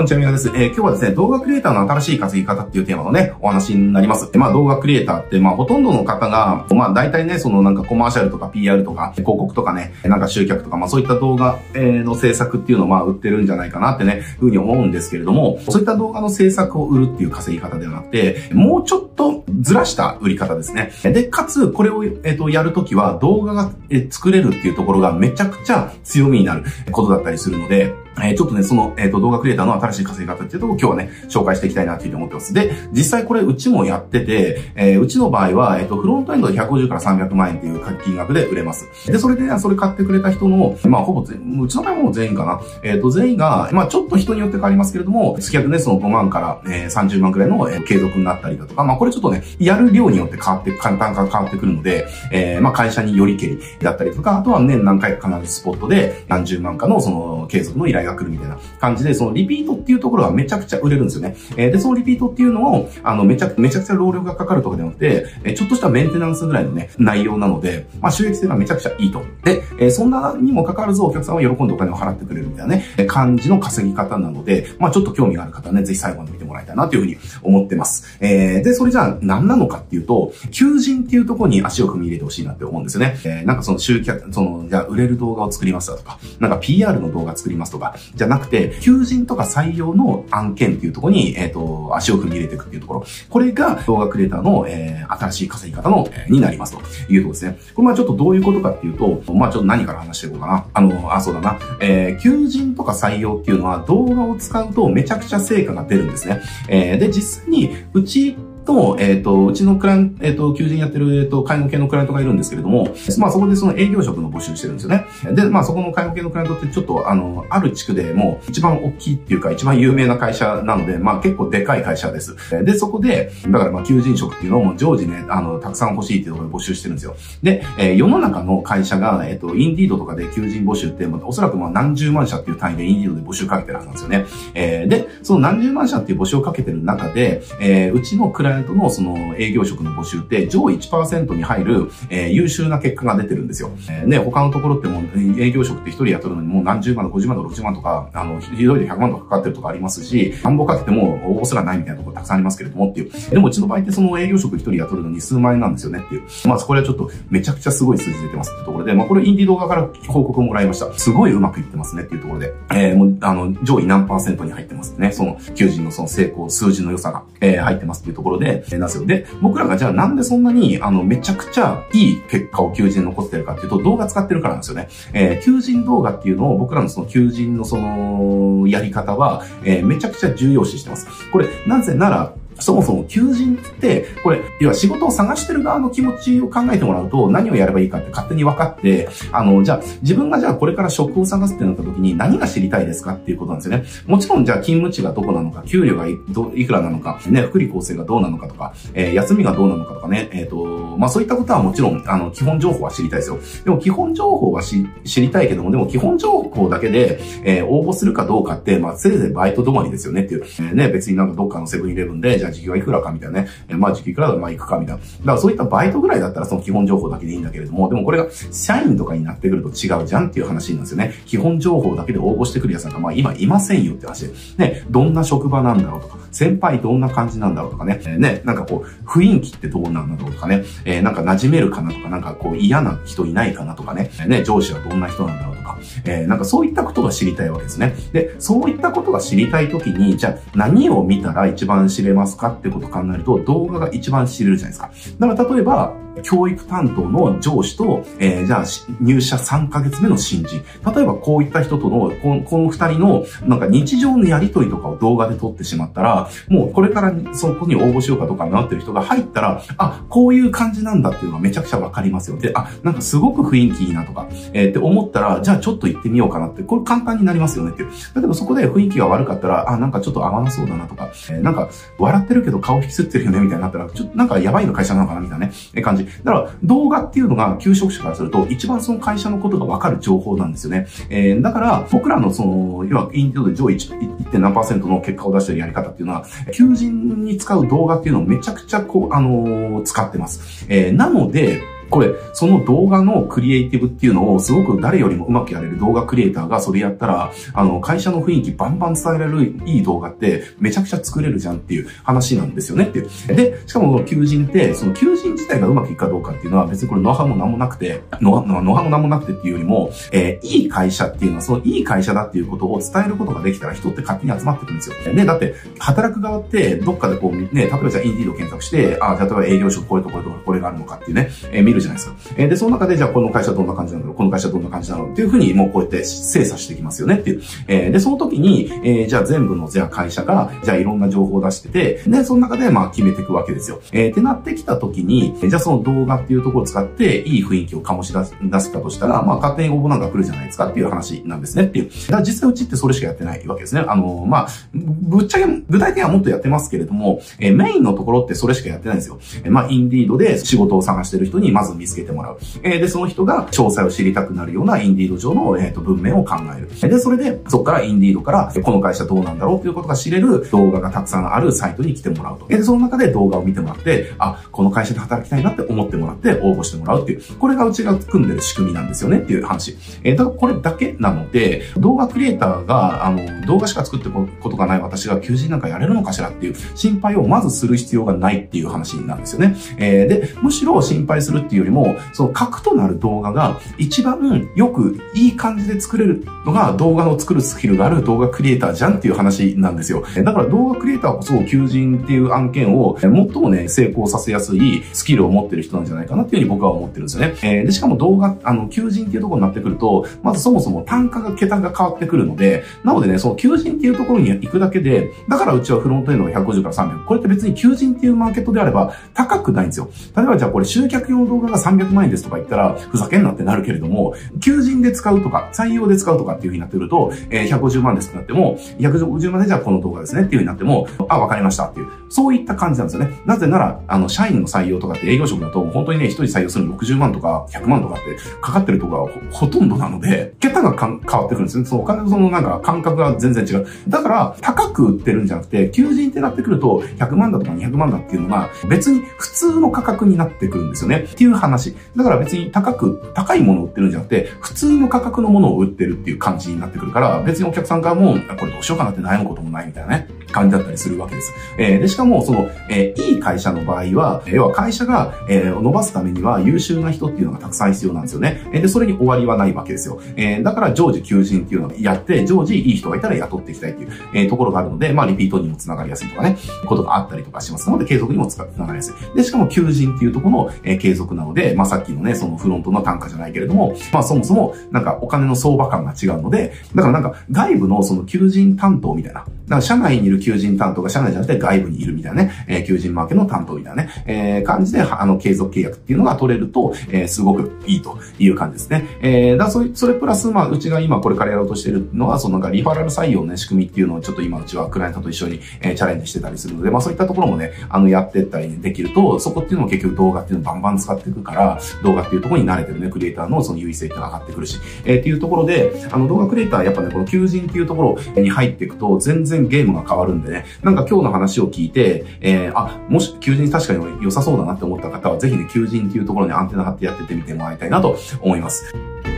にちは、みなです。今日はですね、動画クリエイターの新しい稼ぎ方っていうテーマのね、お話になります。動画クリエイターって、ほとんどの方が、大体ね、コマーシャルとか PR とか、広告とかね、集客とか、そういった動画の制作っていうのを売ってるんじゃないかなってね、ふうに思うんですけれども、そういった動画の制作を売るっていう稼ぎ方ではなくて、もうちょっとずらした売り方ですね。で、かつ、これを、やるときは動画が作れるっていうところがめちゃくちゃ強みになることだったりするので、ちょっとね、動画クリエイターの新しい稼ぎ方っていうところを今日はね、紹介していきたいなというふうに思ってます。で、実際これうちもやってて、うちの場合は、フロントエンドで150から300万円っていう金額で売れます。で、それで、それ買ってくれた人の、ほぼうちの場合も全員かな。全員が、ちょっと人によって変わりますけれども、月額ね、5万から、30万くらいの、継続になったりだとか、これちょっとね、やる量によって簡単化変わってくるので、会社によりけりだったりとか、あとは年何回か必ずスポットで何十万かの継続の依頼が来るみたいな感じで、リピートっていうところはめちゃくちゃ売れるんですよね。で、そのリピートっていうのを、めちゃくちゃ労力がかかるとかではなくて、ちょっとしたメンテナンスぐらいのね、内容なので、収益性がめちゃくちゃいいと。で、そんなにもかかわらずお客さんは喜んでお金を払ってくれるみたいなね、感じの稼ぎ方なので、ちょっと興味がある方はね、ぜひ最後まで見てもらいたいなというふうに思ってます。で、それじゃあ何なのかっていうと、求人っていうところに足を踏み入れてほしいなって思うんですよね。集客、じゃあ売れる動画を作りますだとか、PR の動画作りますとか、じゃなくて、求人とか採用の案件っていうところに、足を踏み入れていくっていうところ。これが動画クリエイターの、新しい稼ぎ方の、になりますというところですね。これちょっとどういうことかっていうと、ちょっと何から話していこうかな。そうだな。求人とか採用っていうのは動画を使うとめちゃくちゃ成果が出るんですね。で、実際に、うちのクライアント、求人やってる、介護系のクライアントがいるんですけれども、そこで営業職の募集してるんですよね。で、そこの介護系のクライアントってちょっと、ある地区でもう一番大きいっていうか一番有名な会社なので、結構でかい会社です。で、そこで、だから求人職っていうのを常時ね、たくさん欲しいっていうところで募集してるんですよ。で、世の中の会社が、インディードとかで求人募集って、おそらく何十万社っていう単位でインディードで募集かけてるはずなんですよね。で、その何十万社っていう募集をかけてる中で、うちのクライアントの営業職の募集って上位 1% に入る、優秀な結果が出てるんですよ。他のところってもう営業職って一人雇うのにもう何十万と50万と60万とか、ひどいで100万とかかかってるとかありますし、繁忙かけても応募すらないみたいなところたくさんありますけれどもっていう。でもうちの場合って営業職一人雇うのに数万円なんですよねっていう。これはちょっとめちゃくちゃすごい数字出てますってところで、これインディ動画から広告をもらいました。すごいうまくいってますねっていうところで、もう上位何%に入ってますね。求人の成功、数字の良さが、入ってますっていうところで、で、僕らがじゃあなんでそんなに、めちゃくちゃいい結果を求人に残ってるかっていうと、動画使ってるからなんですよね。求人動画っていうのを僕らの求人のやり方は、めちゃくちゃ重要視してます。これ、なぜなら、そもそも求人って、これ、要は仕事を探してる側の気持ちを考えてもらうと、何をやればいいかって勝手に分かって、じゃあ、自分がじゃあこれから職を探すってなった時に何が知りたいですかっていうことなんですよね。もちろんじゃあ勤務地がどこなのか、給料がいくらなのか、ね、福利厚生がどうなのかとか、休みがどうなのかとかね、そういったことはもちろん、基本情報は知りたいですよ。でも基本情報は知りたいけども、でも基本情報だけで、応募するかどうかって、せいぜいバイト止まりですよねっていう。ね、別にどっかのセブンイレブンで、時給はいくらかみたいなね。時給いくらだ行くかみたいな。だからそういったバイトぐらいだったらその基本情報だけでいいんだけれども、でもこれが社員とかになってくると違うじゃんっていう話なんですよね。基本情報だけで応募してくるやつなんか今いませんよって話で。ね、どんな職場なんだろうとか、先輩どんな感じなんだろうとかね。雰囲気ってどうなんだろうとかね。馴染めるかなとか、嫌な人いないかなとかね。上司はどんな人なんだろうとか。そういったことが知りたいわけですね。で、そういったことが知りたいときに、じゃあ何を見たら一番知れますかってことを考えると、動画が一番知れるじゃないですか。だから例えば、教育担当の上司と、じゃあ入社3ヶ月目の新人。例えばこういった人との、この二人の日常のやりとりとかを動画で撮ってしまったら、もうこれからそこに応募しようかどうかなってる人が入ったら、こういう感じなんだっていうのがめちゃくちゃわかりますよ。で、すごく雰囲気いいなとか、って思ったら、じゃあちょっと行ってみようかなって、これ簡単になりますよねっていう。例えばそこで雰囲気が悪かったら、ちょっと合わなそうだなとか、笑ってるけど顔引きつってるよねみたいになったら、ちょっとやばいの会社なのかなみたいなね、感じ。だから動画っていうのが求職者からすると一番その会社のことがわかる情報なんですよね。だから僕らの要はインディードで上位 1. 何%の結果を出しているやり方っていうのは、求人に使う動画っていうのをめちゃくちゃ使ってます。なので、 これ、その動画のクリエイティブっていうのをすごく誰よりもうまくやれる動画クリエイターがそれやったら、会社の雰囲気バンバン伝えられるいい動画ってめちゃくちゃ作れるじゃんっていう話なんですよねっていう。で、しかも求人って、その求人自体がうまくいくかどうかっていうのは別にこれノウハウもなんもなくて、ノウハウもなんもなくてっていうよりも、いい会社っていうのはそのいい会社だっていうことを伝えることができたら人って勝手に集まってくるんですよ。ね、だって、働く側ってどっかでこうね、例えばじゃあインディード検索して、じゃあ例えば営業職これとこれとこれがあるのかっていうね、見るじゃないですか。で、その中でじゃあこの会社どんな感じなんだろう、この会社どんな感じなのっていうふうにもうこうやって精査してきますよねっていう。で、その時に、じゃあ全部のじゃあ会社が、じゃあいろんな情報を出してて、で、その中でまあ決めていくわけですよ。ってなってきた時に、じゃあその動画っていうところを使っていい雰囲気を醸し出せたとしたら、まあ勝手に応募なんか来るじゃないですかっていう話なんですねっていう。だから実際うちってそれしかやってないわけですね。まあ、ぶっちゃけ具体的にはもっとやってますけれども、メインのところってそれしかやってないんですよ。まあ、インディードで仕事を探してる人にまず見つけてもらう。で、その人が詳細を知りたくなるようなインディード上の、文面を考える。で、それで、そこからインディードから、この会社どうなんだろうということが知れる動画がたくさんあるサイトに来てもらうと。で、その中で動画を見てもらって、この会社で働きたいなって思ってもらって応募してもらうっていう。これがうちが組んでる仕組みなんですよねっていう話。だからこれだけなので、動画クリエイターが、動画しか作ってことがない私が求人なんかやれるのかしらっていう心配をまずする必要がないっていう話なんですよね。で、むしろ心配するっていうよりも、その核となる動画が一番よくいい感じで作れるのが動画の作るスキルがある動画クリエイターじゃんっていう話なんですよ。だから動画クリエイターこそ求人っていう案件を最もね、成功させやすいスキルを持ってる人なんじゃないかなっていうふうに僕は思ってるんですよね。で、しかも動画、求人っていうところになってくると、まずそもそも単価が桁が変わってくるので、なのでね、その求人っていうところに行くだけで、だからうちはフロントエンドが150から300。これって別に求人っていうマーケットであれば高くないんですよ。例えばじゃあこれ集客用の動画が300万円ですとか言ったら、ふざけんなってなるけれども、求人で使うとか、採用で使うとかっていう風になってくると、150万ですってなっても、150万でじゃあこの動画ですねっていう風になっても、わかりましたっていう、そういった感じなんですよね。なぜなら、社員の採用とかって営業職だと、本当にね、一人採用するの60万とか100万とかってかかってるところがほとんどなので、桁が変わってくるんですね。そのお金のそのなんか感覚が全然違う。だから、高く売ってるんじゃなくて、求人ってなってくると、100万だとか200万だっていうのが、別に普通の価格になってくるんですよね。っていう話。だから別に高いものを売ってるんじゃなくて、普通の価格のものを売ってるっていう感じになってくるから、別にお客さん側も、これどうしようかなって悩むこともないみたいなね、感じだったりするわけです。で、しかも、いい会社の場合は、要は会社が、伸ばすためには優秀な人っていうのがたくさん必要なんですよね。で、それに終わりはないわけですよ。だから常時求人っていうのをやって、常時いい人がいたら雇っていきたいっていう、ところがあるので、まあ、リピートにもつながりやすいとかね、ことがあったりとかしますので、継続にもつながりやすい。で、しかも求人っていうところの、継続なので、まあ、さっきのね、そのフロントの単価じゃないけれども、まあ、そもそも、なんかお金の相場感が違うので、だからなんか外部のその求人担当みたいな、だから社内にいる求人担当が社内じゃなくて外部にいるみたいなね、求人マーケの担当みたいなね、感じで、継続契約っていうのが取れると、すごくいいという感じですね。だからそれプラス、まあ、うちが今これからやろうとしているのは、そのなんかリファラル採用のね、仕組みっていうのをちょっと今うちはクライアントと一緒に、チャレンジしてたりするので、まあそういったところもね、やってったりできると、そこっていうのも結局動画っていうのをバンバン使っていくから、動画っていうところに慣れてるね、クリエイターのその優位性っていうのが上がってくるし、っていうところで、動画クリエイターやっぱね、この求人っていうところに入っていくと、全然ゲームが変わるんでね、なんか今日の話を聞いて、もし求人確かに良さそうだなって思った方は、ぜひね、求人っていうところにアンテナ張ってやってってみてもらいたいなと思います。